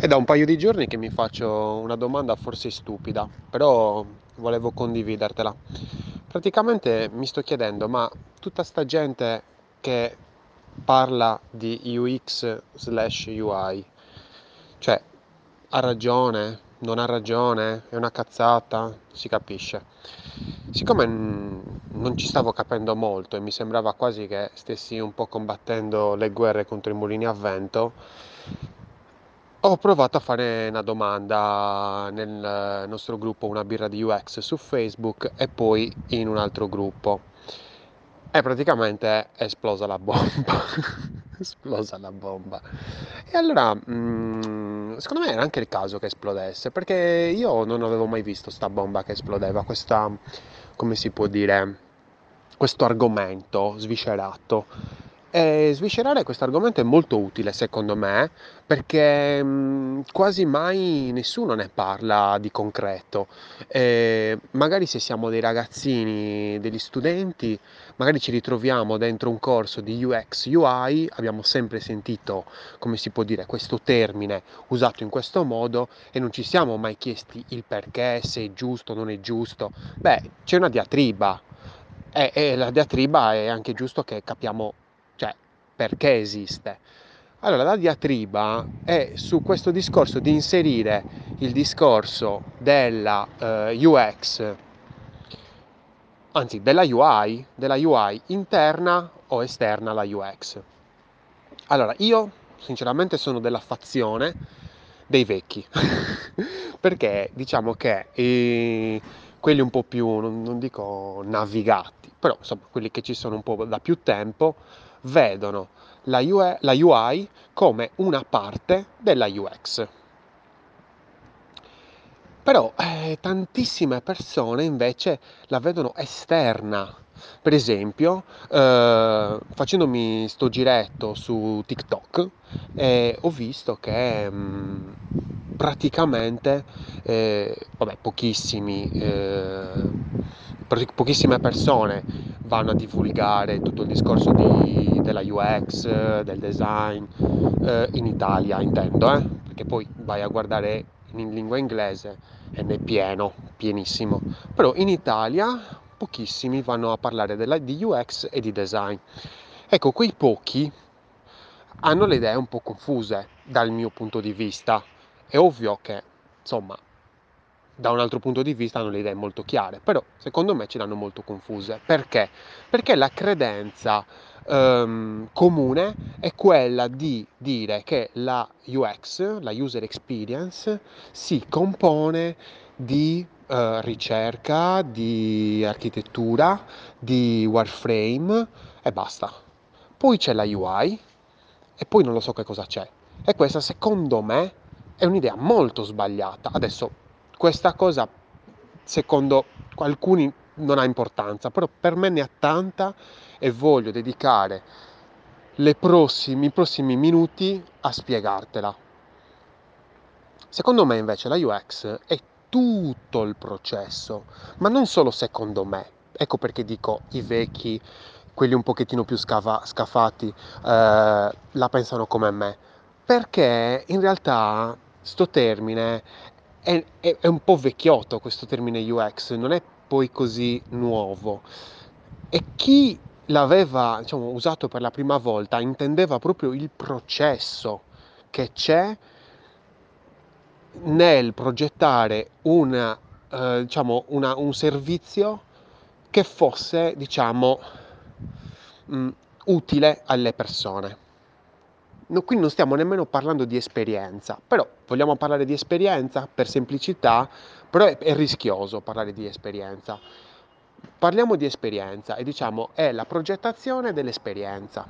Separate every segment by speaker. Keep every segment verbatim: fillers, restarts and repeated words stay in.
Speaker 1: È da un paio di giorni che mi faccio una domanda forse stupida, però volevo condividertela. Praticamente mi sto chiedendo, ma tutta sta gente che parla di U X slash U I, cioè ha ragione, non ha ragione, è una cazzata, si capisce. Siccome mm, non ci stavo capendo molto e mi sembrava quasi che stessi un po' combattendo le guerre contro i mulini a vento, ho provato a fare una domanda nel nostro gruppo Una birra di U X su Facebook e poi in un altro gruppo. E praticamente è esplosa la bomba. È esplosa la bomba. E allora, mm, secondo me era anche il caso che esplodesse, perché io non avevo mai visto sta bomba che esplodeva, questa, come si può dire, questo argomento sviscerato. E sviscerare questo argomento è molto utile secondo me perché mh, quasi mai nessuno ne parla di concreto. E magari se siamo dei ragazzini, degli studenti, magari ci ritroviamo dentro un corso di U X U I, abbiamo sempre sentito, come si può dire, questo termine usato in questo modo e non ci siamo mai chiesti il perché, se è giusto o non è giusto. Beh, c'è una diatriba e, e la diatriba è anche giusto che capiamo, cioè, perché esiste. Allora, la diatriba è su questo discorso di inserire il discorso della eh, U X, anzi della U I, della U I interna o esterna alla U X. Allora, io sinceramente sono della fazione dei vecchi, perché diciamo che eh, quelli un po' più, non, non dico navigati, però insomma quelli che ci sono un po' da più tempo, vedono la, U E la U I come una parte della U X. Però eh, tantissime persone invece la vedono esterna. Per esempio, eh, facendomi sto giretto su TikTok, eh, ho visto che mh, praticamente, eh, vabbè, pochissimi, eh, per- pochissime persone vanno a divulgare tutto il discorso di- della U X, del design, eh, in Italia intendo, eh, perché poi vai a guardare in lingua inglese e ne è pieno, pienissimo. Però in Italia pochissimi vanno a parlare della, di U X e di design. Ecco, quei pochi hanno le idee un po' confuse dal mio punto di vista. È ovvio che, insomma, da un altro punto di vista hanno le idee molto chiare, però secondo me ce l'hanno molto confuse. Perché? Perché la credenza ehm, comune è quella di dire che la U X, la user experience, si compone di eh, ricerca, di architettura, di wireframe e basta. Poi c'è la U I e poi non lo so che cosa c'è. E questa secondo me è un'idea molto sbagliata. Adesso, questa cosa secondo alcuni non ha importanza, però per me ne ha tanta e voglio dedicare le prossimi, i prossimi minuti a spiegartela. Secondo me invece la U X è tutto il processo, ma non solo secondo me. Ecco perché dico i vecchi, quelli un pochettino più scava- scafati, eh, la pensano come me. Perché in realtà sto termine è, è- è un po' vecchiotto, questo termine U X, non è poi così nuovo. E chi l'aveva, diciamo, usato per la prima volta intendeva proprio il processo che c'è nel progettare una, eh, diciamo, una- un servizio che fosse, diciamo, mh, utile alle persone. No, qui non stiamo nemmeno parlando di esperienza, però vogliamo parlare di esperienza per semplicità, però è, è rischioso parlare di esperienza. Parliamo di esperienza e diciamo è la progettazione dell'esperienza.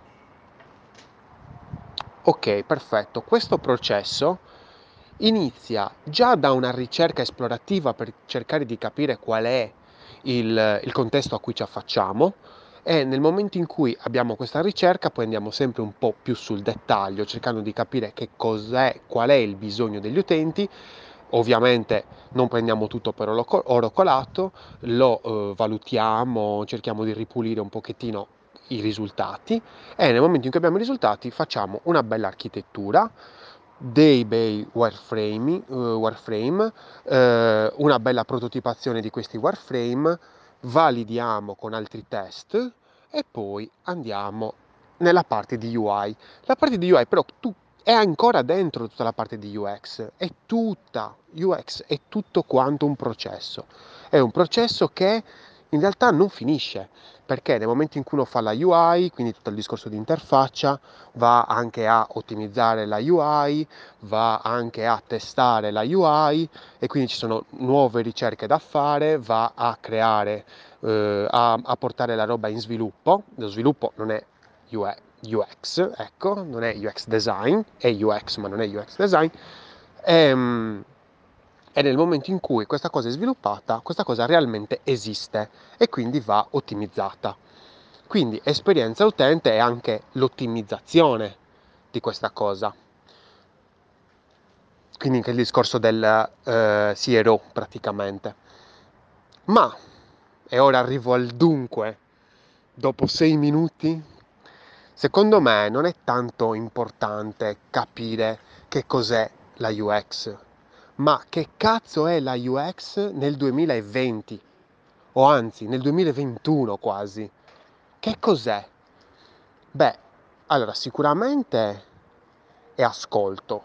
Speaker 1: Ok, perfetto. Questo processo inizia già da una ricerca esplorativa per cercare di capire qual è il, il contesto a cui ci affacciamo e nel momento in cui abbiamo questa ricerca poi andiamo sempre un po' più sul dettaglio cercando di capire che cos'è, qual è il bisogno degli utenti. Ovviamente non prendiamo tutto per oro colato, lo eh, valutiamo, cerchiamo di ripulire un pochettino i risultati e nel momento in cui abbiamo i risultati facciamo una bella architettura, dei bei wireframe, uh, wireframe eh, una bella prototipazione di questi wireframe, validiamo con altri test e poi andiamo nella parte di U I. La parte di U I però tu, è ancora dentro tutta la parte di U X, è tutta U X, è tutto quanto un processo. È un processo che in realtà non finisce, perché nel momento in cui uno fa la U I, quindi tutto il discorso di interfaccia, va anche a ottimizzare la U I, va anche a testare la U I e quindi ci sono nuove ricerche da fare, va a creare, eh, a, a portare la roba in sviluppo. Lo sviluppo non è U X, ecco, non è U X design, è U X ma non è U X design. E, e nel momento in cui questa cosa è sviluppata, questa cosa realmente esiste e quindi va ottimizzata. Quindi esperienza utente è anche l'ottimizzazione di questa cosa. Quindi anche il discorso del eh, C R O praticamente. Ma, e ora arrivo al dunque, dopo sei minuti, secondo me non è tanto importante capire che cos'è la U X, ma che cazzo è la U X nel duemilaventi, o anzi nel duemilaventuno quasi. Che cos'è? Beh, allora sicuramente è ascolto,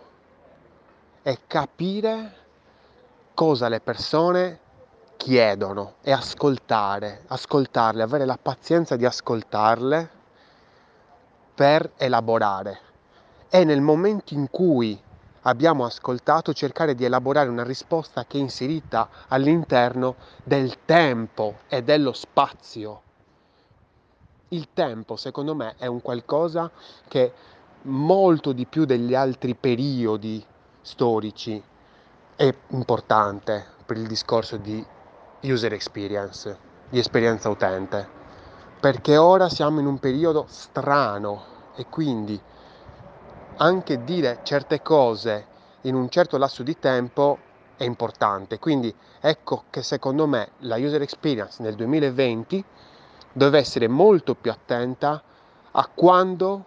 Speaker 1: è capire cosa le persone chiedono e ascoltare, ascoltarle, avere la pazienza di ascoltarle per elaborare. E nel momento in cui abbiamo ascoltato, cercare di elaborare una risposta che è inserita all'interno del tempo e dello spazio. Il tempo, secondo me, è un qualcosa che molto di più degli altri periodi storici è importante per il discorso di user experience, di esperienza utente, perché ora siamo in un periodo strano e quindi anche dire certe cose in un certo lasso di tempo è importante. Quindi ecco che secondo me la user experience nel duemilaventi deve essere molto più attenta a quando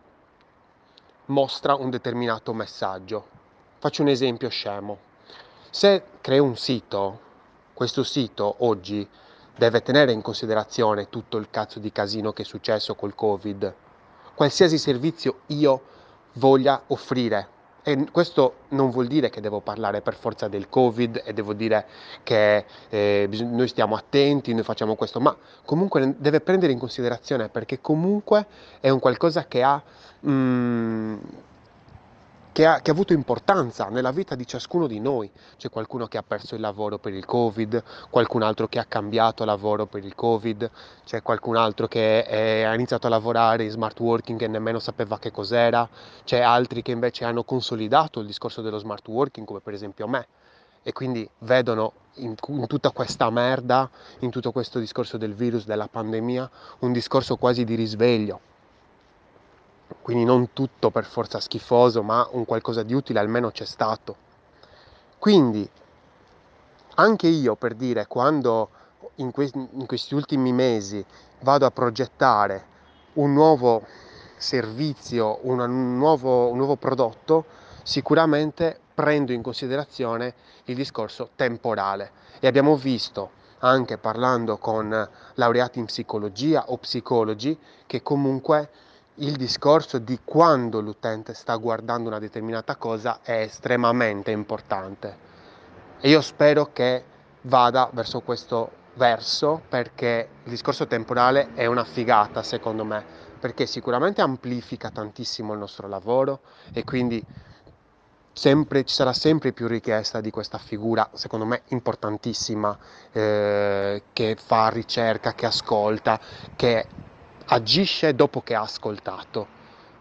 Speaker 1: mostra un determinato messaggio. Faccio un esempio scemo. Se creo un sito, questo sito oggi deve tenere in considerazione tutto il cazzo di casino che è successo col Covid, qualsiasi servizio io voglia offrire. E questo non vuol dire che devo parlare per forza del Covid e devo dire che eh, bisog- noi stiamo attenti, noi facciamo questo, ma comunque deve prendere in considerazione perché comunque è un qualcosa che ha, mm, che ha, che ha avuto importanza nella vita di ciascuno di noi. C'è qualcuno che ha perso il lavoro per il Covid, qualcun altro che ha cambiato lavoro per il Covid, c'è qualcun altro che è- ha iniziato a lavorare in smart working e nemmeno sapeva che cos'era, c'è altri che invece hanno consolidato il discorso dello smart working, come per esempio me. E quindi vedono in, in tutta questa merda, in tutto questo discorso del virus, della pandemia, un discorso quasi di risveglio. Quindi non tutto per forza schifoso, ma un qualcosa di utile almeno c'è stato. Quindi anche io, per dire, quando in, que- in questi ultimi mesi vado a progettare un nuovo servizio, una nuovo, un nuovo prodotto, sicuramente prendo in considerazione il discorso temporale. E abbiamo visto, anche parlando con laureati in psicologia o psicologi, che comunque il discorso di quando l'utente sta guardando una determinata cosa è estremamente importante. E io spero che vada verso questo verso, perché il discorso temporale è una figata secondo me, perché sicuramente amplifica tantissimo il nostro lavoro e quindi sempre, ci sarà sempre più richiesta di questa figura, secondo me importantissima, eh, che fa ricerca, che ascolta, che agisce dopo che ha ascoltato.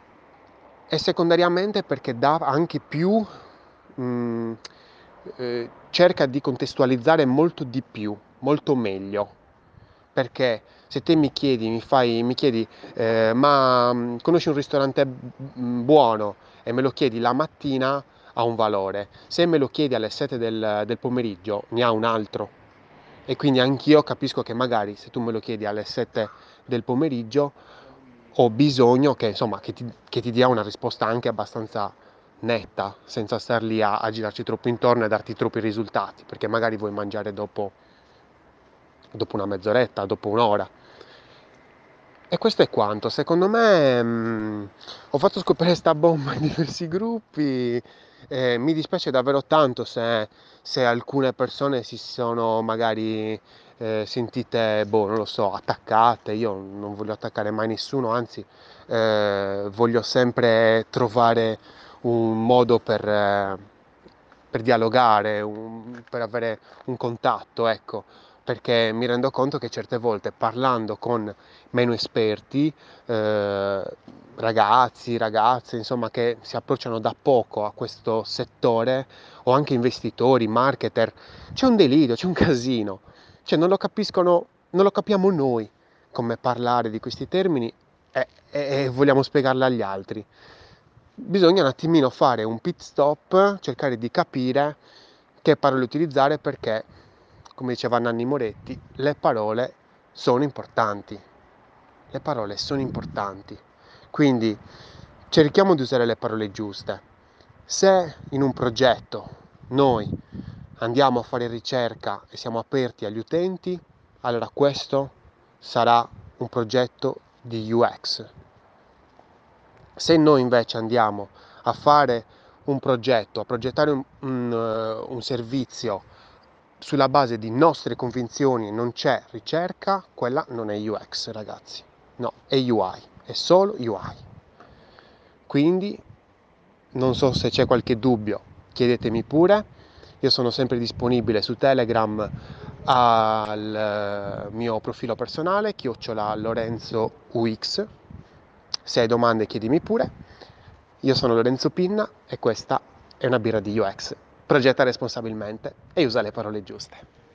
Speaker 1: E secondariamente perché dà anche più, mh, eh, cerca di contestualizzare molto di più, molto meglio. Perché se te mi chiedi, mi fai, mi chiedi, eh, ma mh, conosci un ristorante mh, buono e me lo chiedi la mattina, ha un valore. Se me lo chiedi alle sette del, del pomeriggio, ne ha un altro. E quindi anch'io capisco che magari se tu me lo chiedi alle sette del pomeriggio, ho bisogno che, insomma, che ti, che ti dia una risposta anche abbastanza netta, senza star lì a, a girarci troppo intorno e a darti troppi risultati, perché magari vuoi mangiare dopo, dopo una mezz'oretta, dopo un'ora. E questo è quanto. Secondo me mh, ho fatto scoprire sta bomba in diversi gruppi. Eh, mi dispiace davvero tanto se, se alcune persone si sono magari eh, sentite, boh, non lo so, attaccate. Io non voglio attaccare mai nessuno, anzi, eh, voglio sempre trovare un modo per, eh, per dialogare, un- per avere un contatto, ecco, perché mi rendo conto che certe volte parlando con meno esperti, eh, ragazzi, ragazze, insomma, che si approcciano da poco a questo settore, o anche investitori, marketer, c'è un delirio, c'è un casino, cioè non lo capiscono, non lo capiamo noi come parlare di questi termini e, e- e vogliamo spiegarli agli altri. Bisogna un attimino fare un pit stop, cercare di capire che parole utilizzare perché, come diceva Nanni Moretti, le parole sono importanti. Le parole sono importanti. Quindi cerchiamo di usare le parole giuste. Se in un progetto noi andiamo a fare ricerca e siamo aperti agli utenti, allora questo sarà un progetto di U X. Se noi invece andiamo a fare un progetto, a progettare un, un, uh, un servizio sulla base di nostre convinzioni, non c'è ricerca, quella non è U X, ragazzi. No, è U I, è solo U I. Quindi, non so se c'è qualche dubbio, chiedetemi pure. Io sono sempre disponibile su Telegram al mio profilo personale, chiocciola Lorenzo U X. Se hai domande chiedimi pure. Io sono Lorenzo Pinna e questa è una birra di U X. Progetta responsabilmente e usa le parole giuste.